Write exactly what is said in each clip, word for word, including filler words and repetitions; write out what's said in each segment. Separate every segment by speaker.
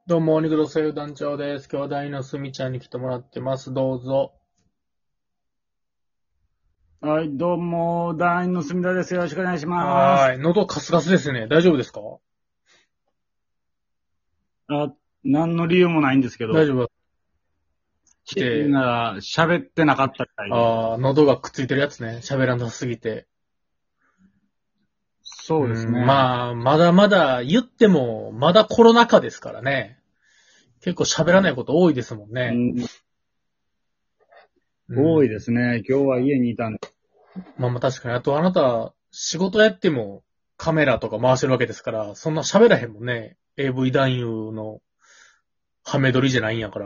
Speaker 1: どうも、肉ドセル団長です。兄弟のすみちゃんに来てもらってます。どうぞ。
Speaker 2: はい、どうも、団員の住田です。よろしくお願いします。
Speaker 1: はーい。喉カスカスですね。大丈夫ですか？
Speaker 2: あ、何の理由もないんですけど、
Speaker 1: 大丈夫し
Speaker 2: 強いて言う
Speaker 1: て、
Speaker 2: なら喋ってなかったみたいで。
Speaker 1: あー、喉がくっついてるやつね。喋らなさすぎて。う
Speaker 2: そうです
Speaker 1: ん、
Speaker 2: ね。
Speaker 1: まあ、まだまだ言っても、まだコロナ禍ですからね。結構喋らないこと多いですもんね。
Speaker 2: うん、
Speaker 1: うん。
Speaker 2: 多いですね。今日は家にいたんで。
Speaker 1: まあまあ確かに。あとあなた、仕事やってもカメラとか回してるわけですから、そんな喋らへんもんね。エーブイ 男優のハメ撮りじゃないんやから。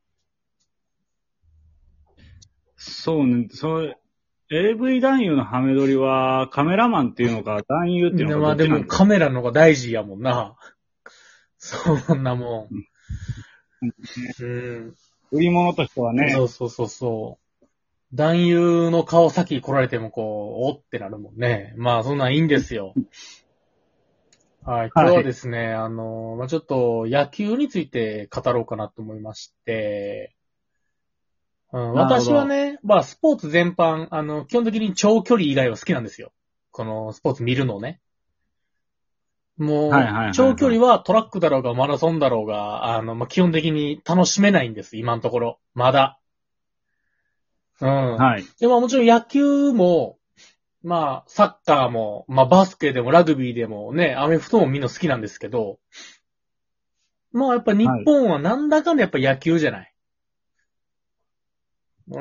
Speaker 2: そうね、そう、エーブイ 男優のハメ撮りはカメラマンっていうのか、男優っていうのか、どっ
Speaker 1: まあで
Speaker 2: ちなんですか？
Speaker 1: もカメラの方が大事やもんな。そんなもん。うん。
Speaker 2: 売り物としてはね。
Speaker 1: そうそうそうそう。男優の顔先来られてもこう、おってなるもんね。まあそんなんいいんですよ。はい。今日はで
Speaker 2: はい。
Speaker 1: すね、あの、まあちょっと野球について語ろうかなと思いまして、うん、
Speaker 2: なるほど。
Speaker 1: 私はね、まあスポーツ全般、あの、基本的に長距離以外は好きなんですよ。このスポーツ見るのね。もう、
Speaker 2: はいはいはいはい。
Speaker 1: 長距離はトラックだろうがマラソンだろうが、あの、まあ、基本的に楽しめないんです、今のところ。まだ。うん。
Speaker 2: はい。
Speaker 1: でももちろん野球も、まあ、サッカーも、まあ、バスケでもラグビーでもね、アメフトもみんな好きなんですけど、まあ、やっぱ日
Speaker 2: はい。
Speaker 1: 本はなんだかんだやっぱ野球じゃない。うん。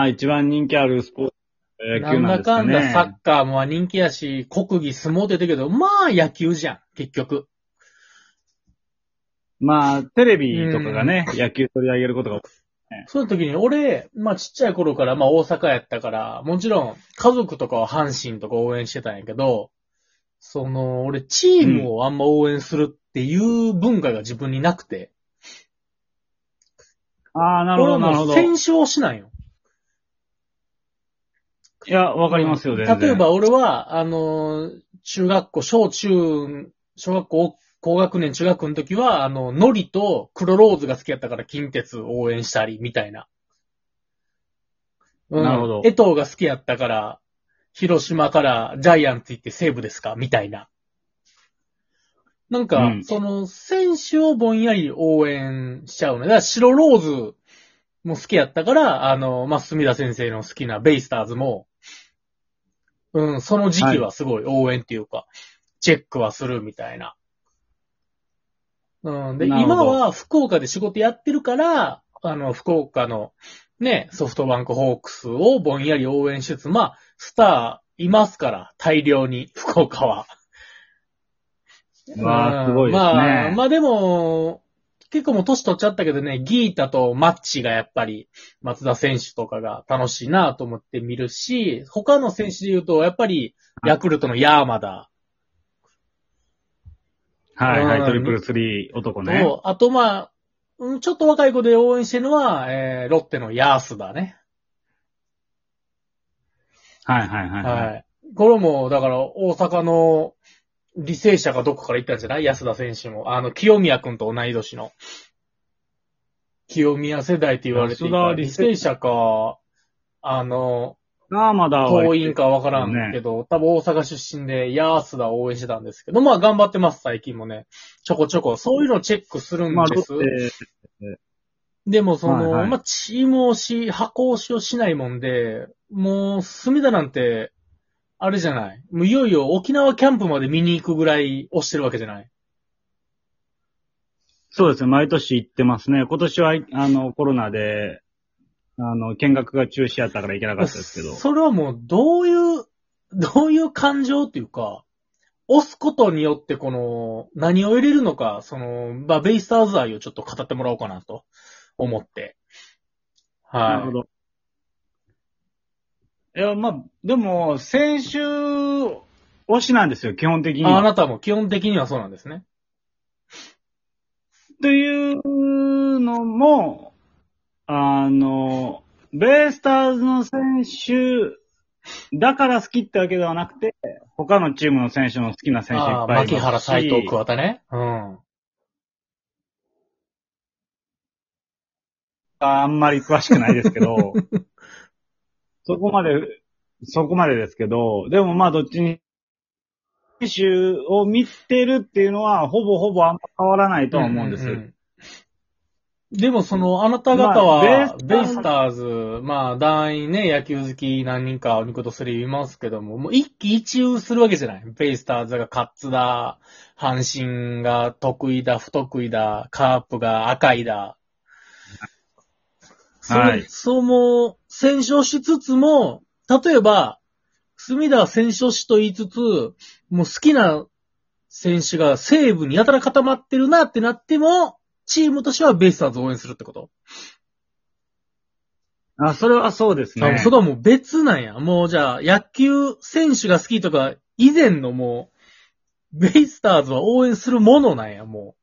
Speaker 2: まあ一番人気あるスポーツ、野
Speaker 1: なん
Speaker 2: 球なんですか
Speaker 1: だかんだサッ
Speaker 2: ね。
Speaker 1: カーも人気やし、国技相撲って言ってるけど、まあ野球じゃん、結局。
Speaker 2: まあ、テレ
Speaker 1: う
Speaker 2: ビとかが
Speaker 1: ん。
Speaker 2: ね、野球取り上げることが多いですね。
Speaker 1: その時に、俺、まあちっちゃい頃からまあ大阪やったから、もちろん家族とかは阪神とか応援してたんやけど、その、俺チー
Speaker 2: うん。
Speaker 1: ムをあんま応援するっていう文化が自分になくて、
Speaker 2: ああ、なるほど、
Speaker 1: 俺はもう
Speaker 2: なるほど。
Speaker 1: 選手推しなんよ。
Speaker 2: いや、わかり
Speaker 1: うん。
Speaker 2: ますよ、全然。
Speaker 1: 例えば俺は、あの、中学校、小中、小学校、高学年、中学校の時は、あの、ノリと黒ローズが好きやったから近鉄応援したり、みたいな。うん。
Speaker 2: なるほど。
Speaker 1: 江藤が好きやったから、広島からジャイアンツ行って西武ですかみたいな。なんか、
Speaker 2: うん。
Speaker 1: その、選手をぼんやり応援しちゃうね。だから白ローズも好きやったから、あの、まあ、隅田先生の好きなベイスターズも、うん、その時
Speaker 2: はい。
Speaker 1: 期はすごい応援っていうか、チェックはするみたいな。うん。で、
Speaker 2: なるほど。
Speaker 1: 今は福岡で仕事やってるから、あの、福岡のね、ソフトバンクホークスをぼんやり応援しつつ、まあ、スターいますから、大量に、福岡は。う
Speaker 2: わあ、すご
Speaker 1: ん。
Speaker 2: いです
Speaker 1: まあ、
Speaker 2: ね。
Speaker 1: まあでも、結構もう年取っちゃったけどね、ギータとマッチがやっぱり、松田選手とかが楽しいなと思って見るし、他の選手で言うと、やっぱり、ヤクルトのヤーマダ。
Speaker 2: はいはい、トリプル
Speaker 1: うん。
Speaker 2: スリー男ね。
Speaker 1: と、あとまあ、うんちょっと若い子で応援してるのは、えー、ロッテのヤースだね。
Speaker 2: はいはいはいはい。
Speaker 1: はい。これも、だから大阪の履正社がどこから行ったんじゃない安田選手も。あの、清宮くんと同い年の。清宮世代って言われて
Speaker 2: 安
Speaker 1: いた。
Speaker 2: 田理性
Speaker 1: 履正社か、あの、
Speaker 2: がまだは
Speaker 1: 桐
Speaker 2: いて
Speaker 1: 蔭かわから
Speaker 2: るよね。
Speaker 1: んけど、多分大阪出身でヤースダを応援してたんですけど、まあ頑張ってます、最近もね。ちょこちょこ。そういうのをチェックする
Speaker 2: まあ、
Speaker 1: んです。
Speaker 2: ロッテ、
Speaker 1: でもその、
Speaker 2: はいはい。
Speaker 1: まあ、チーム推し、箱推しをしないもんで、もう、隅田なんて、あれじゃない。もういよいよ沖縄キャンプまで見に行くぐらい推してるわけじゃない。
Speaker 2: そうですね、毎年行ってますね。今年は、あの、コロナで、あの、見学が中止やったから行けなかったですけど。
Speaker 1: それはもう、どういう、どういう感情っていうか、押すことによってこの、何を入れるのか、その、まあ、ベイスターズ愛をちょっと語ってもらおうかなと思って。はい。
Speaker 2: なるほど。いや、まあ、でも、先週、推しなんですよ、基本的に
Speaker 1: あ、あ
Speaker 2: は。
Speaker 1: なたも基本的にはそうなんですね。
Speaker 2: というのも、あの、ベイスターズの選手だから好きってわけではなくて、他のチームの選手の好きな選手いっ
Speaker 1: ああ、
Speaker 2: ぱいいます
Speaker 1: 牧原、斎藤、
Speaker 2: し、
Speaker 1: 桑田ね。うん。
Speaker 2: あんまり詳しくないですけど、そこまで、そこまでですけど、でもまあどっちに、選手を見てるっていうのは、ほぼほぼあんま変わらないとは思うんです。
Speaker 1: うんうんうん、でもその、あなた方は、ベイスターズ、まあ、団員ね、野球好き何人かお肉とする言いますけども、もう一喜一憂するわけじゃない。ベイスターズがカッツだ、阪神が得意だ、不得意だ、カープが赤いだ。はい。そうも、戦勝しつつも、例えば、隅田は戦勝しと言いつつ、もう好きな選手が西武にやたら固まってるなってなっても、チームとしてはベイスターズを応援するってこと？
Speaker 2: あ、それはそうですね。
Speaker 1: それはもう別なんや。もうじゃあ、野球選手が好きとか、以前のもう、ベイスターズは応援するものなんや、もう。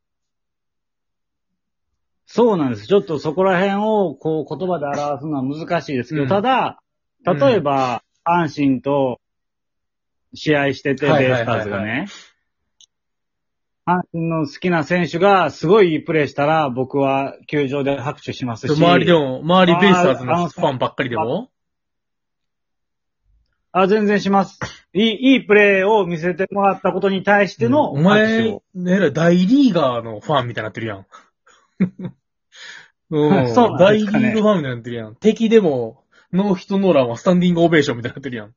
Speaker 2: そうなんです。ちょっとそこら辺を、こう、言葉で表すのは難しいですけど、うん、ただ、例えば、阪神と試合してて、ベイスターズがね、阪神の好きな選手がすごいいいプレーしたら、僕は球場で拍手しますし。
Speaker 1: 周りでも、周りベイスターズのファンばっかりでも
Speaker 2: あ、全然します。いい、いいプレーを見せてもらったことに対しての
Speaker 1: 拍手を。お前、ね、大リーガーのファンみたいになってるやん。うん、そうなんですかね。大リーグファンみたいになってるやん。敵でも、ノーヒットノーランはスタンディングオベーションみたいになってるやん。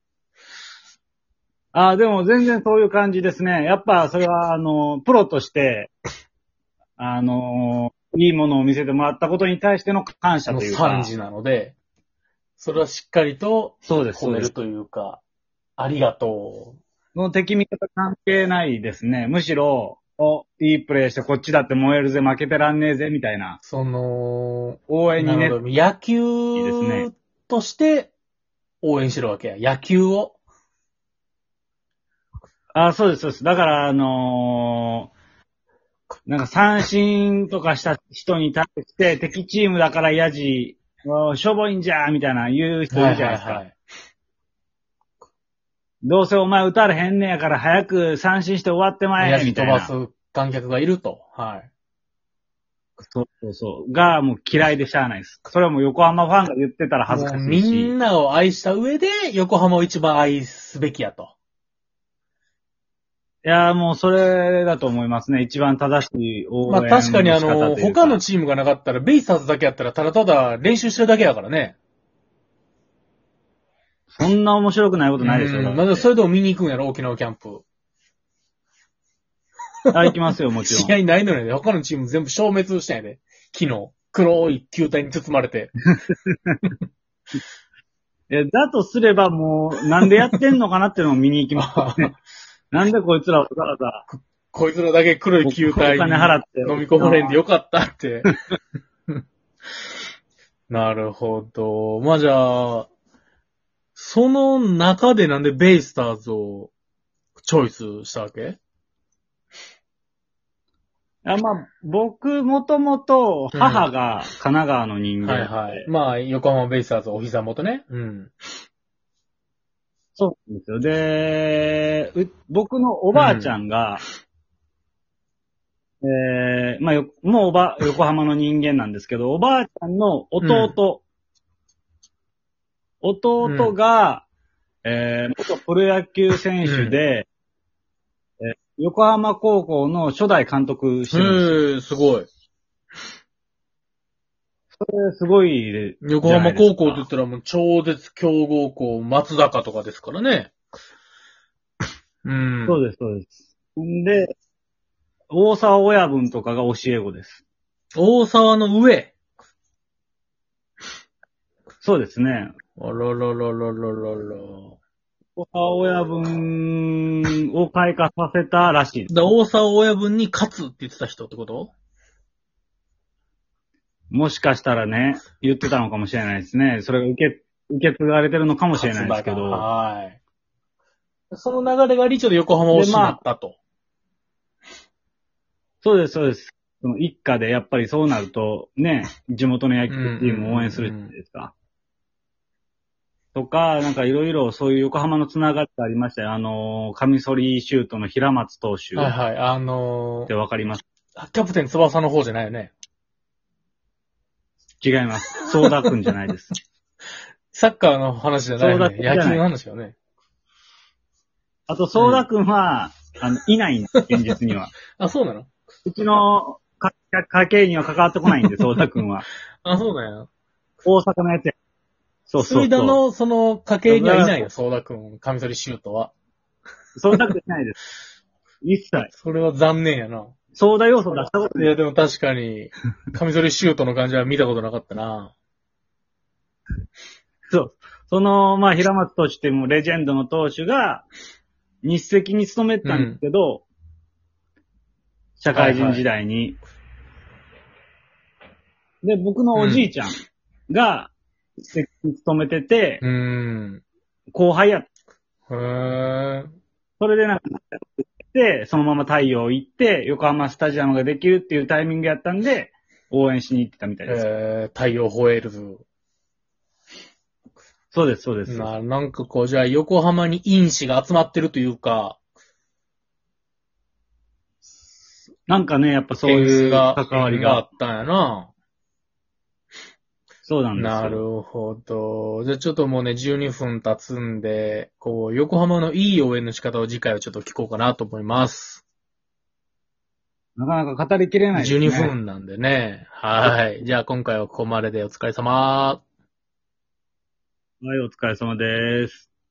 Speaker 2: ああ、でも全然そういう感じですね。やっぱそれは、あの、プロとして、あの、いいものを見せてもらったことに対しての感謝というか。
Speaker 1: 賛辞なので、それはしっかりと褒めるというか、ありがとう。
Speaker 2: の敵味方関係ないですね。むしろ、お、いいプレーしてこっちだって燃えるぜ、負けてらんねえぜ、みたいな。
Speaker 1: その、
Speaker 2: 応援にね。
Speaker 1: 野球として応援してるわけや。野球を。
Speaker 2: あ、そうです、そうです。だから、あのー、なんか三振とかした人に対して、敵チームだからヤジ、しょぼいんじゃーみたいな言う人いるじゃないですか。はいはいはい、どうせお前打たれへんねやから早く三振して終わってまえ、みたいな。
Speaker 1: ヤジ飛ばす観客がいると。はい。
Speaker 2: そうそうそう。が、もう嫌いでしゃあないです。それはもう横浜ファンが言ってたら恥ずかしいし。
Speaker 1: みんなを愛した上で、横浜を一番愛すべきやと。
Speaker 2: いやーもうそれだと思いますね。一番正しい応援の仕方というか。
Speaker 1: まあ確かにあの、他のチームがなかったら、ベイスターズだけやったらただただ練習してるだけやからね。
Speaker 2: そんな面白くないことないでしょ。
Speaker 1: うん。まだそれでも見に行くんやろ、沖縄キャンプ。
Speaker 2: あ、行きますよ、もちろん。
Speaker 1: 試合ないのにね、他のチーム全部消滅したんやで。昨日。黒い球体に包まれて。
Speaker 2: いや、だとすればもう、なんでやってんのかなっていうのを見に行きます、ね。なんでこいつらわざわざ。
Speaker 1: こいつらだけ黒い球体に飲み込まれんでよかったって。なるほど。まあじゃあ、その中でなんでベイスターズをチョイスしたわけ？
Speaker 2: あまあ、僕、もともと、母が神奈川の人間、
Speaker 1: うん。はいはい。まあ、横浜ベイスターズお膝元ね。うん。
Speaker 2: そうなんですよ。で、僕のおばあちゃんが、うん、えー、まあよ、もうおば、横浜の人間なんですけど、おばあちゃんの弟、うん、弟が、うん、えー、元プロ野球選手で、うん、えー、横浜高校の初代監督してるんですよ。
Speaker 1: へー、すごい。
Speaker 2: それすごい。
Speaker 1: 横浜高校って言ったらもう超絶強豪校松坂とかですからね。
Speaker 2: うん。そうです、そうです。んで、大沢親分とかが教え子です。
Speaker 1: 大沢の上。
Speaker 2: そうですね。
Speaker 1: あららららららら。
Speaker 2: 大沢親分を開花させたらしいです。
Speaker 1: だ大沢親分に勝つって言ってた人ってこと？
Speaker 2: もしかしたらね、言ってたのかもしれないですね。それが受け、受け継がれてるのかもしれないですけど。
Speaker 1: はい。その流れがリチョで横浜を失ったと。
Speaker 2: まあ、そうです、そうです。その一家でやっぱりそうなると、ね、地元の野球チームを応援するじゃないですか。とか、なんかいろいろそういう横浜のつながってありましたよ。あのー、カミソリシュートの平松投手。
Speaker 1: はいはい、あのー、
Speaker 2: ってわかります？
Speaker 1: キャプテン翼の方じゃないよね。
Speaker 2: 違います。ソーダくんじゃないです。
Speaker 1: サッカーの話じゃないよね。
Speaker 2: そうだ
Speaker 1: 野球の話よね。
Speaker 2: あと、ソーダくんは、あの、いないんです、現実には。
Speaker 1: あ、そうなの？
Speaker 2: うちのか家計には関わってこないんで、ソーダくんは。
Speaker 1: あ、そうだよ。
Speaker 2: 大阪のやつや。そうそう
Speaker 1: 水田
Speaker 2: そう。
Speaker 1: のその家系にはいないよ、ソーダ君、カミソリシュートは。
Speaker 2: ソーダくんいないです。一切。
Speaker 1: それは残念やな。
Speaker 2: ソーダ要素出したことない。
Speaker 1: いや、でも確かに、カミソリシュートの感じは見たことなかったな。
Speaker 2: そう。その、まあ、平松投手っていうもうレジェンドの投手が、日赤に勤めてたんですけど、社会人時代に。で、僕のおじいちゃんが、日赤に勤めてて、
Speaker 1: うーん。
Speaker 2: 後輩やった。
Speaker 1: へー。
Speaker 2: それでなんか、で、そのまま太陽行って、横浜スタジアムができるっていうタイミングやったんで、応援しに行ってたみたいです。
Speaker 1: えー、太陽ホエールズ。
Speaker 2: そうです、そうです。
Speaker 1: な、なんかこう、じゃあ横浜に因子が集まってるというか、
Speaker 2: なんかね、やっぱそういう関わりが
Speaker 1: があっ。たんやな。
Speaker 2: そうなんですよ。
Speaker 1: なるほど。じゃあちょっともうね、じゅうにふん経つんで、こう、横浜のいい応援の仕方を次回はちょっと聞こうかなと思います。
Speaker 2: なかなか語りきれないですね。
Speaker 1: じゅうにふんなんでね。はい。じゃあ今回はここまででお疲れ様。
Speaker 2: はい、お疲れ様です。